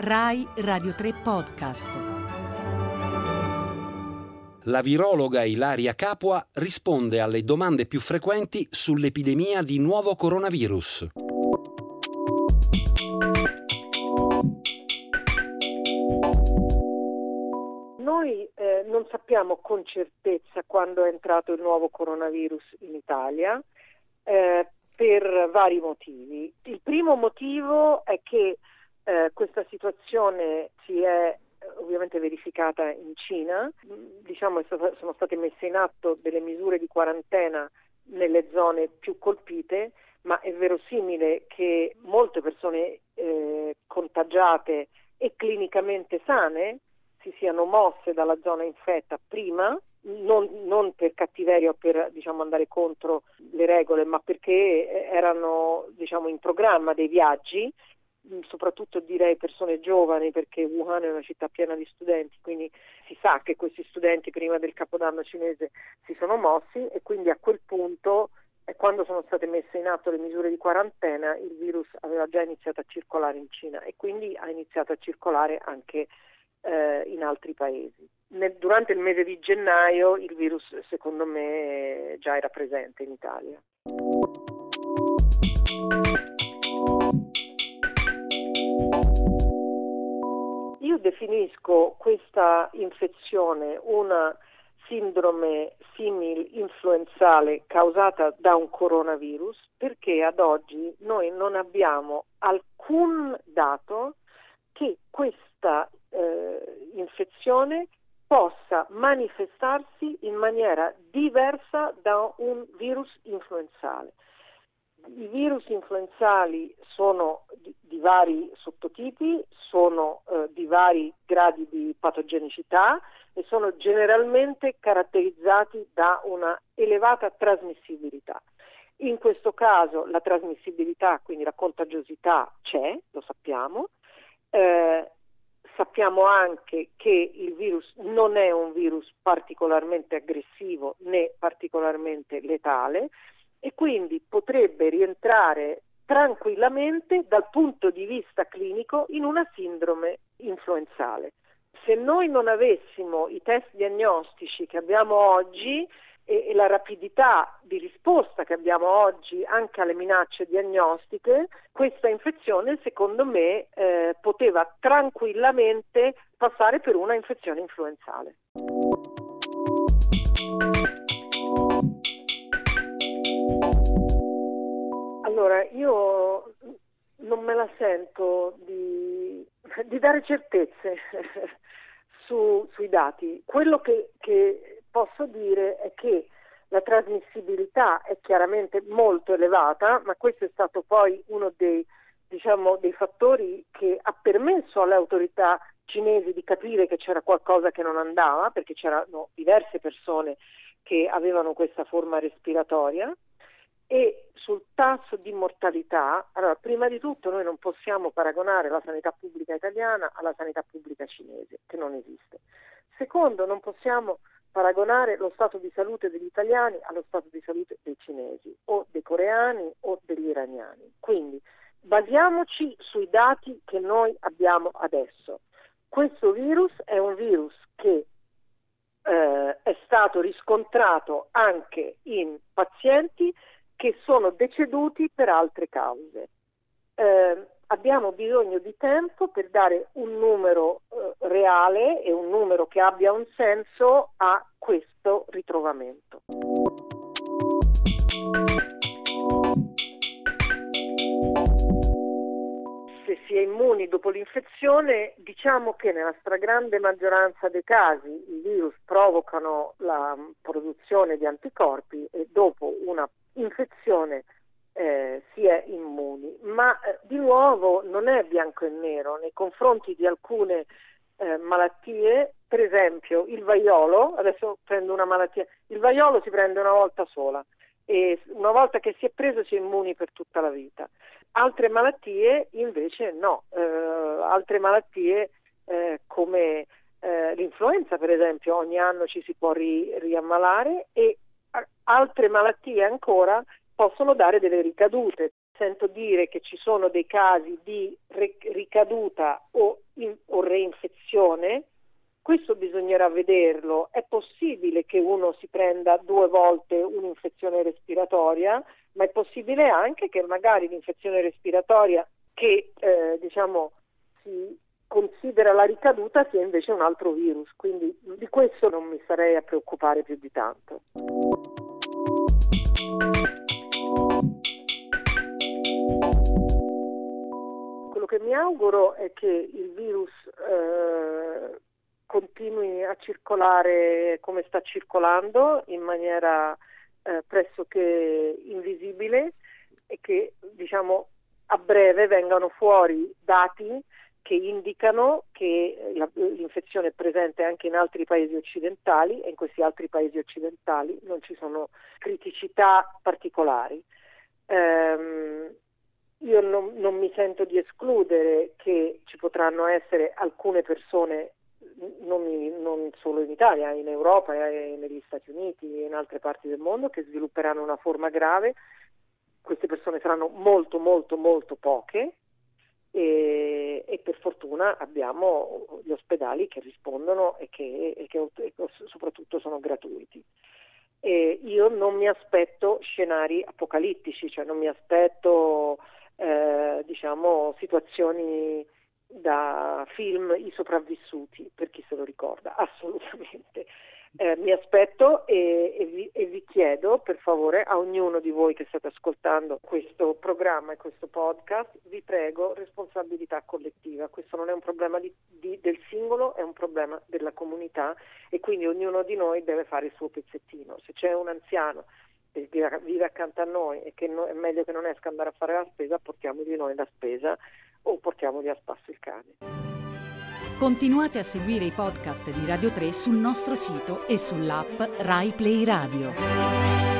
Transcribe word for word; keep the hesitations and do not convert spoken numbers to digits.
Rai Radio tre Podcast. La virologa Ilaria Capua risponde alle domande più frequenti sull'epidemia di nuovo coronavirus. Noi eh, non sappiamo con certezza quando è entrato il nuovo coronavirus in Italia eh, per vari motivi. Il primo motivo è che eh, questa situazione si è ovviamente verificata in Cina. Diciamo è stata, sono state messe in atto delle misure di quarantena nelle zone più colpite, ma è verosimile che molte persone eh, contagiate e clinicamente sane si siano mosse dalla zona infetta prima, non, non per cattiveria o per diciamo andare contro le regole, ma perché erano diciamo in programma dei viaggi, soprattutto direi persone giovani, perché Wuhan è una città piena di studenti, quindi si sa che questi studenti prima del Capodanno cinese si sono mossi e quindi a quel punto, e quando sono state messe in atto le misure di quarantena, il virus aveva già iniziato a circolare in Cina e quindi ha iniziato a circolare anche eh, in altri paesi. Nel, durante il mese di gennaio il virus secondo me già era presente in Italia. Io definisco questa infezione una sindrome simil-influenzale causata da un coronavirus perché ad oggi noi non abbiamo alcun dato che questa eh, infezione possa manifestarsi in maniera diversa da un virus influenzale. I virus influenzali sono di, di vari sottotipi, sono eh, di vari gradi di patogenicità e sono generalmente caratterizzati da una elevata trasmissibilità. In questo caso la trasmissibilità, quindi la contagiosità c'è, lo sappiamo. Eh, sappiamo anche che il virus non è un virus particolarmente aggressivo né particolarmente letale, e quindi potrebbe rientrare tranquillamente dal punto di vista clinico in una sindrome influenzale. Se noi non avessimo i test diagnostici che abbiamo oggi e, e la rapidità di risposta che abbiamo oggi anche alle minacce diagnostiche, questa infezione secondo me eh, poteva tranquillamente passare per una infezione influenzale. Allora, io non me la sento di, di dare certezze su, sui dati. Quello che, che posso dire è che la trasmissibilità è chiaramente molto elevata, ma questo è stato poi uno dei, diciamo, dei fattori che ha permesso alle autorità cinesi di capire che c'era qualcosa che non andava, perché c'erano diverse persone che avevano questa forma respiratoria. E sul tasso di mortalità, allora prima di tutto noi non possiamo paragonare la sanità pubblica italiana alla sanità pubblica cinese, che non esiste. Secondo, non possiamo paragonare lo stato di salute degli italiani allo stato di salute dei cinesi o dei coreani o degli iraniani. Quindi basiamoci sui dati che noi abbiamo adesso. Questo virus è un virus che eh, è stato riscontrato anche in pazienti che sono deceduti per altre cause. Eh, abbiamo bisogno di tempo per dare un numero eh, reale e un numero che abbia un senso a questo ritrovamento. Se si è immuni dopo l'infezione, diciamo che nella stragrande maggioranza dei casi i virus provocano la produzione di anticorpi e dopo una infezione eh, si è immuni, ma eh, di nuovo non è bianco e nero nei confronti di alcune eh, malattie. Per esempio il vaiolo, adesso prendo una malattia, il vaiolo si prende una volta sola e una volta che si è preso si è immuni per tutta la vita. Altre malattie invece no, eh, altre malattie eh, come eh, l'influenza per esempio ogni anno ci si può ri- riammalare e altre malattie ancora possono dare delle ricadute. Sento dire che ci sono dei casi di ricaduta o in, o reinfezione. Questo bisognerà vederlo. È possibile che uno si prenda due volte un'infezione respiratoria, ma è possibile anche che magari l'infezione respiratoria che eh, diciamo si considera la ricaduta sia invece un altro virus, quindi di questo non mi sarei a preoccupare più di tanto. Quello che mi auguro è che il virus eh, continui a circolare come sta circolando, in maniera eh, pressoché invisibile, e che diciamo a breve vengano fuori dati che indicano che la, l'infezione è presente anche in altri paesi occidentali, e in questi altri paesi occidentali non ci sono criticità particolari. Ehm, io non, non mi sento di escludere che ci potranno essere alcune persone, non, non solo in Italia, in Europa, e negli Stati Uniti e in altre parti del mondo, che svilupperanno una forma grave. Queste persone saranno molto molto molto poche, e, e per fortuna abbiamo gli ospedali che rispondono e che, e che e soprattutto sono gratuiti. E io non mi aspetto scenari apocalittici, cioè non mi aspetto eh, diciamo situazioni da film I sopravvissuti, per chi se lo ricorda, assolutamente. Eh, mi aspetto e, e, vi, e vi chiedo per favore, a ognuno di voi che state ascoltando questo programma e questo podcast, vi prego responsabilità collettiva. Questo non è un problema di, di, del singolo, è un problema della comunità, e quindi ognuno di noi deve fare il suo pezzettino. Se c'è un anziano che vive accanto a noi e che no, è meglio che non esca andare a fare la spesa, portiamogli noi la spesa o portiamogli a spasso il cane. Continuate a seguire i podcast di Radio tre sul nostro sito e sull'app Rai Play Radio.